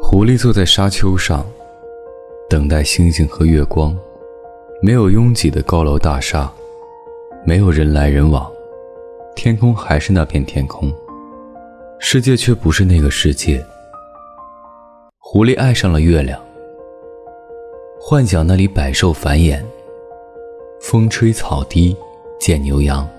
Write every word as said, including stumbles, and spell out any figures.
狐狸坐在沙丘上，等待星星和月光。没有拥挤的高楼大厦，没有人来人往，天空还是那片天空，世界却不是那个世界。狐狸爱上了月亮，幻想那里百兽繁衍，风吹草低见牛羊。